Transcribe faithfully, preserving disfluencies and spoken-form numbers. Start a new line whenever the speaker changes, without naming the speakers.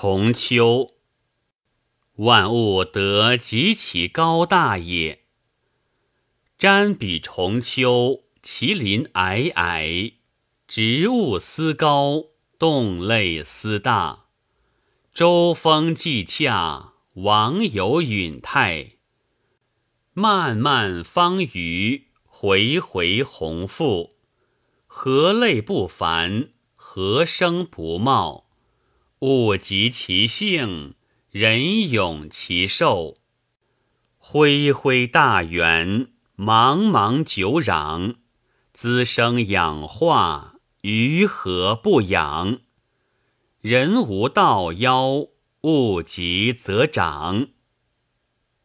重丘。万物得极其高大也。瞻彼重丘，其林霭霭，植物丝高，动类丝大。周风既洽，王有允泰。漫漫方隅，回回鸿复。何类不凡，何生不茂。物极其性，人咏其寿。恢恢大源，茫茫久壤。滋生养化，于何不养？人无道夭，物极则长。